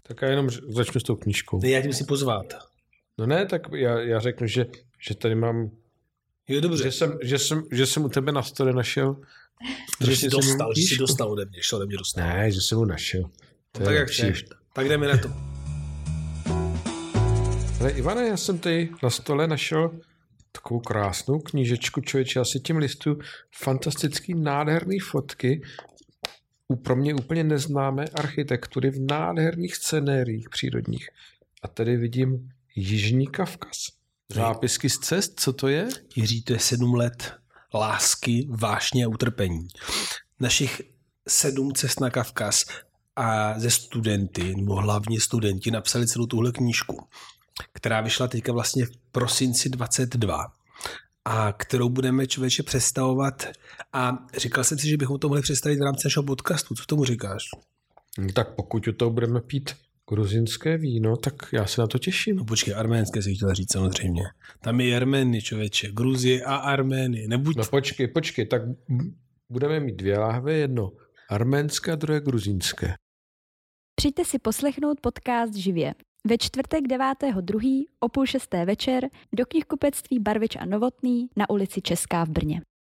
Tak já jenom začnu s tou knížkou. Ne, já tě musím pozvat. No ne, tak já řeknu, že tady mám... Jo, dobře. Že jsem u tebe na stole našel... Že jsi dostal ode mě, že ode mě dostal. Ne, že jsem ho našel. No, tak jak chceš. Tak jdeme na to. Ale Ivane, já jsem tady na stole našel takovou krásnou knížečku, člověče, já si tím listu fantastický, nádherný fotky pro mě úplně neznámé architektury v nádherných scenériích přírodních. A tady vidím Jižní Kavkaz. Zápisky z cest, co to je? Jiří, to je 7 let lásky, vášně a utrpení. Našich 7 cest na Kavkaz a ze studenty, nebo hlavně studenti, napsali celou tuhle knížku, která vyšla teďka vlastně v prosinci 22 a kterou budeme, člověče, představovat. A říkal jsem si, že bychom to mohli představit v rámci našeho podcastu. Co tomu říkáš? Tak pokud u toho budeme pít gruzinské víno, tak já se na to těším. No počkej, arménské si chtěl říct samozřejmě. Tam je Armény, člověče, Gruzie a Armény. Nebuď... No počkej, tak budeme mít 2 láhve, jedno arménské a druhé gruzínské. Přijďte si poslechnout podcast živě. Ve čtvrtek 9.2. o 5:30 večer do knihkupectví Barvič a Novotný na ulici Česká v Brně.